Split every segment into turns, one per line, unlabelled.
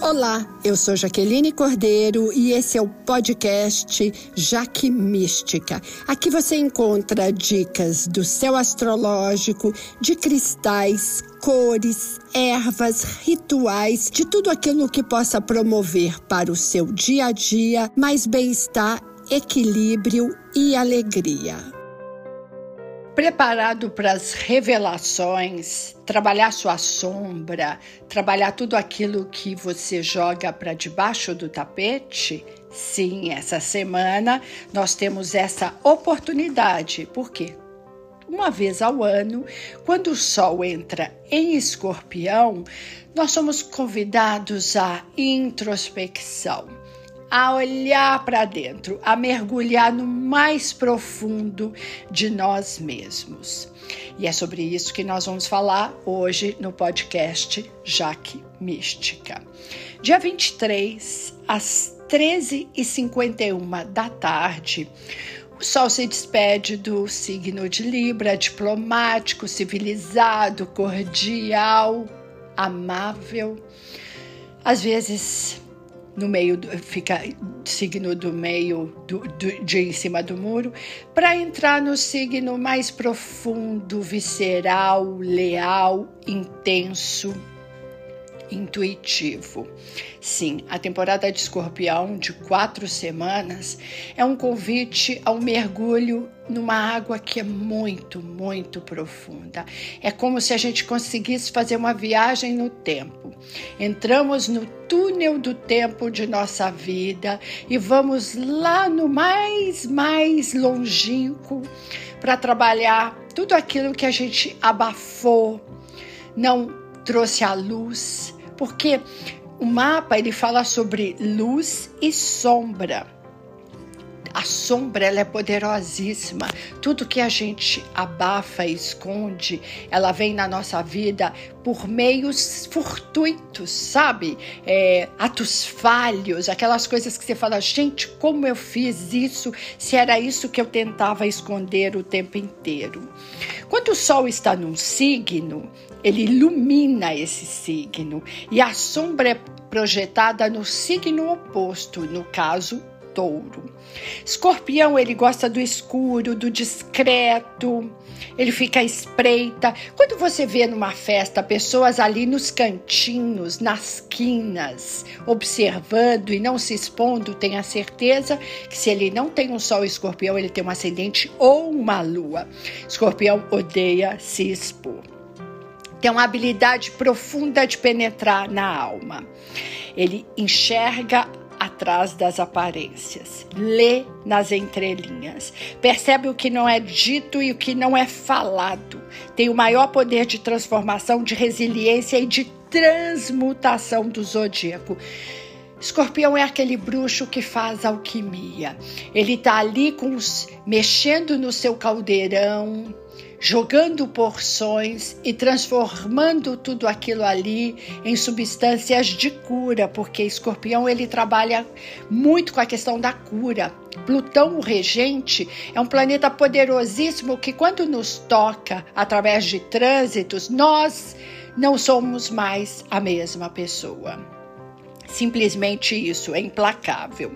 Olá, eu sou Jaqueline Cordeiro e esse é o podcast Jaque Mística. Aqui você encontra dicas do céu astrológico, de cristais, cores, ervas, rituais, de tudo aquilo que possa promover para o seu dia a dia mais bem-estar, equilíbrio e alegria. Preparado para as revelações, trabalhar sua sombra, trabalhar tudo aquilo que você joga para debaixo do tapete? Sim, essa semana nós temos essa oportunidade. Por quê? Uma vez ao ano, quando o Sol entra em Escorpião, nós somos convidados à introspecção, a olhar para dentro, a mergulhar no mais profundo de nós mesmos. E é sobre isso que nós vamos falar hoje no podcast Jaque Mística. Dia 23, às 13h51 da tarde, o Sol se despede do signo de Libra, diplomático, civilizado, cordial, amável. Às vezes no meio, fica signo do meio, de em cima do muro, para entrar no signo mais profundo, visceral, leal, intenso, intuitivo. Sim, a temporada de Escorpião de 4 semanas é um convite ao mergulho numa água que é muito, muito profunda. É como se a gente conseguisse fazer uma viagem no tempo. Entramos no túnel do tempo de nossa vida e vamos lá no mais longínquo para trabalhar tudo aquilo que a gente abafou, não trouxe à luz. Porque o mapa ele fala sobre luz e sombra. A sombra ela é poderosíssima. Tudo que a gente abafa e esconde, ela vem na nossa vida por meios fortuitos, sabe? Atos falhos, aquelas coisas que você fala, gente, como eu fiz isso, se era isso que eu tentava esconder o tempo inteiro. Quando o Sol está num signo, ele ilumina esse signo e a sombra é projetada no signo oposto, no caso, Touro. Escorpião, ele gosta do escuro, do discreto, ele fica à espreita. Quando você vê numa festa pessoas ali nos cantinhos, nas quinas, observando e não se expondo, tenha certeza que se ele não tem um Sol Escorpião, ele tem um ascendente ou uma lua. Escorpião odeia se expor. Tem uma habilidade profunda de penetrar na alma. Ele enxerga atrás das aparências, lê nas entrelinhas, percebe o que não é dito e o que não é falado, tem o maior poder de transformação, de resiliência e de transmutação do zodíaco. Escorpião é aquele bruxo que faz alquimia, ele está ali mexendo no seu caldeirão, jogando porções e transformando tudo aquilo ali em substâncias de cura, porque Escorpião ele trabalha muito com a questão da cura. Plutão, o regente, é um planeta poderosíssimo que quando nos toca através de trânsitos, nós não somos mais a mesma pessoa. Simplesmente isso, é implacável.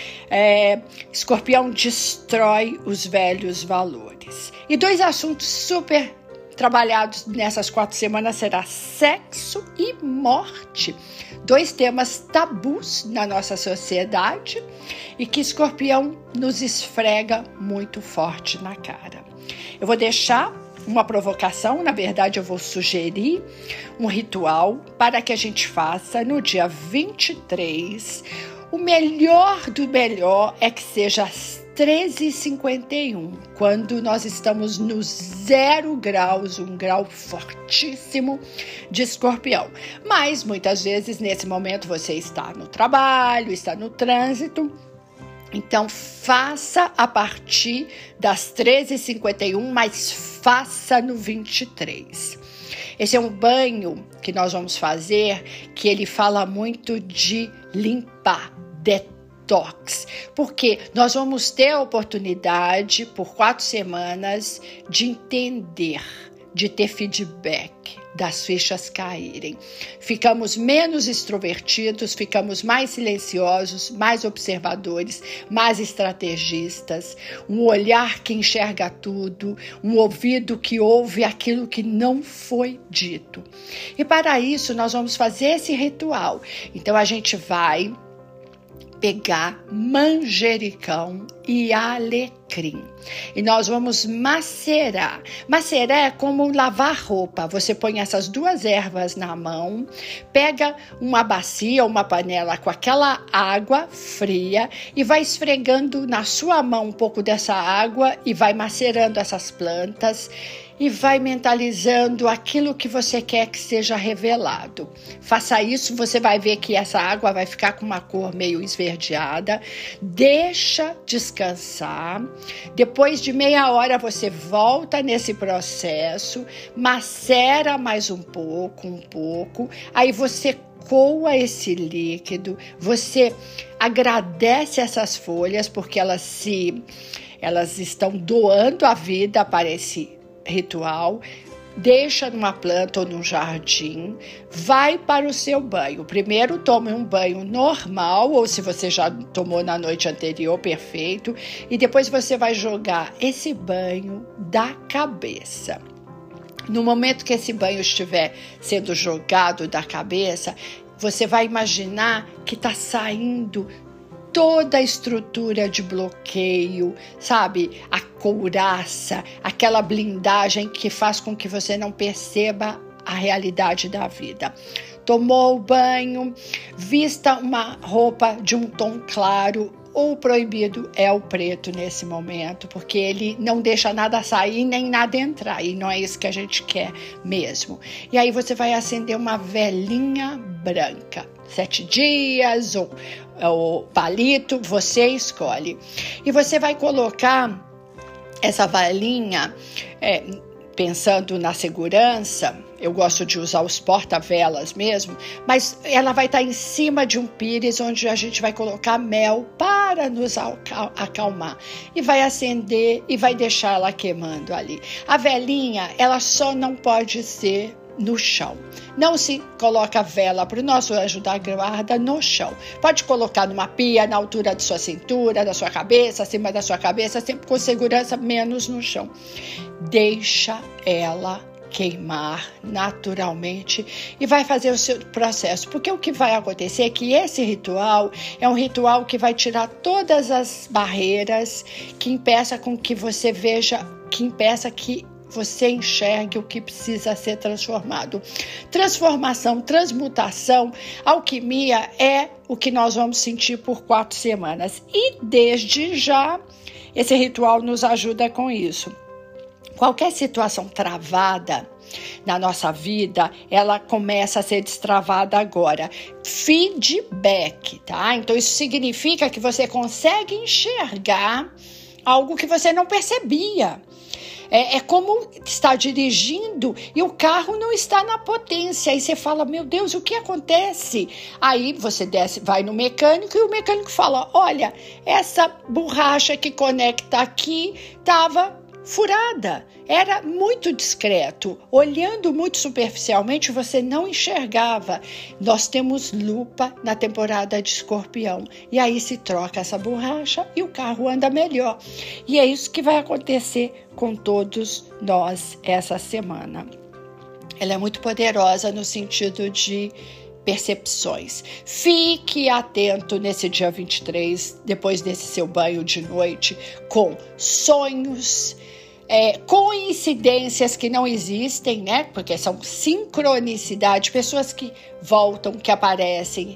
Escorpião destrói os velhos valores. E 2 assuntos super trabalhados nessas 4 semanas será sexo e morte. 2 temas tabus na nossa sociedade e que Escorpião nos esfrega muito forte na cara. Eu vou deixar uma provocação, na verdade eu vou sugerir um ritual para que a gente faça no dia 23. O melhor do melhor é que seja às 13h51, quando nós estamos no 0 graus, um grau fortíssimo de Escorpião. Mas muitas vezes nesse momento você está no trabalho, está no trânsito. Então faça a partir das 13h51, mas faça no 23. Esse é um banho que nós vamos fazer, que ele fala muito de limpar, detox, porque nós vamos ter a oportunidade por 4 semanas de entender, de ter feedback. das fichas caírem. Ficamos menos extrovertidos, ficamos mais silenciosos, mais observadores, mais estrategistas, um olhar que enxerga tudo, um ouvido que ouve aquilo que não foi dito. E para isso nós vamos fazer esse ritual. Então a gente vai pegar manjericão e alecrim. E nós vamos macerar. Macerar é como lavar roupa. Você põe essas duas ervas na mão, pega uma bacia ou uma panela com aquela água fria e vai esfregando na sua mão um pouco dessa água e vai macerando essas plantas e vai mentalizando aquilo que você quer que seja revelado. Faça isso, você vai ver que essa água vai ficar com uma cor meio esverdeada. Deixa descansar. Depois de meia hora você volta nesse processo, macera mais um pouco. Aí você coa esse líquido, você agradece essas folhas porque elas estão doando a vida para esse ritual, deixa numa planta ou num jardim, vai para o seu banho. Primeiro tome um banho normal, ou se você já tomou na noite anterior, perfeito, e depois você vai jogar esse banho da cabeça. No momento que esse banho estiver sendo jogado da cabeça, você vai imaginar que está saindo toda a estrutura de bloqueio, sabe? A couraça, aquela blindagem que faz com que você não perceba a realidade da vida. Tomou o banho, vista uma roupa de um tom claro. O proibido é o preto nesse momento, porque ele não deixa nada sair nem nada entrar, e não é isso que a gente quer mesmo. E aí você vai acender uma velinha branca, 7 dias ou palito, você escolhe. E você vai colocar essa velinha, pensando na segurança. Eu gosto de usar os porta-velas mesmo, mas ela vai estar em cima de um pires onde a gente vai colocar mel para nos acalmar. E vai acender e vai deixar ela queimando ali. A velinha, ela só não pode ser no chão. Não se coloca vela para o nosso anjo da guarda no chão. Pode colocar numa pia, na altura de sua cintura, da sua cabeça, acima da sua cabeça, sempre com segurança, menos no chão. Deixa ela queimar naturalmente e vai fazer o seu processo, porque o que vai acontecer é que esse ritual é um ritual que vai tirar todas as barreiras que impeça com que você veja, que impeça que você enxergue o que precisa ser transformado. Transformação, transmutação, alquimia é o que nós vamos sentir por 4 semanas. E desde já, esse ritual nos ajuda com isso. Qualquer situação travada na nossa vida, ela começa a ser destravada agora. Feedback, tá? Então isso significa que você consegue enxergar algo que você não percebia. É como estar dirigindo e o carro não está na potência. Aí você fala, meu Deus, o que acontece? Aí você desce, vai no mecânico e o mecânico fala, olha, essa borracha que conecta aqui estava furada. Era muito discreto. Olhando muito superficialmente, você não enxergava. Nós temos lupa na temporada de Escorpião. E aí se troca essa borracha e o carro anda melhor. E é isso que vai acontecer com todos nós essa semana. Ela é muito poderosa no sentido de percepções. Fique atento nesse dia 23, depois desse seu banho de noite, com sonhos, coincidências que não existem, né? Porque são sincronicidade, pessoas que voltam, que aparecem,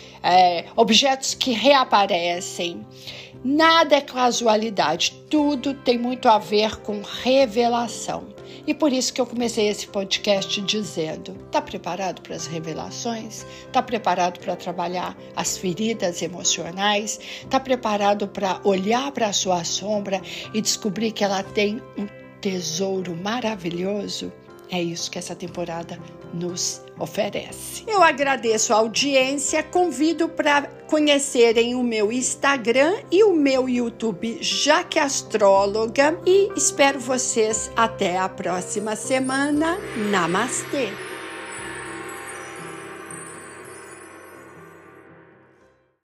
objetos que reaparecem. Nada é casualidade, tudo tem muito a ver com revelação. E por isso que eu comecei esse podcast dizendo, está preparado para as revelações? Está preparado para trabalhar as feridas emocionais? Está preparado para olhar para a sua sombra e descobrir que ela tem um tesouro maravilhoso? É isso que essa temporada nos oferece. Eu agradeço a audiência, convido para conhecerem o meu Instagram e o meu YouTube Jaque Astróloga e espero vocês até a próxima semana. Namastê!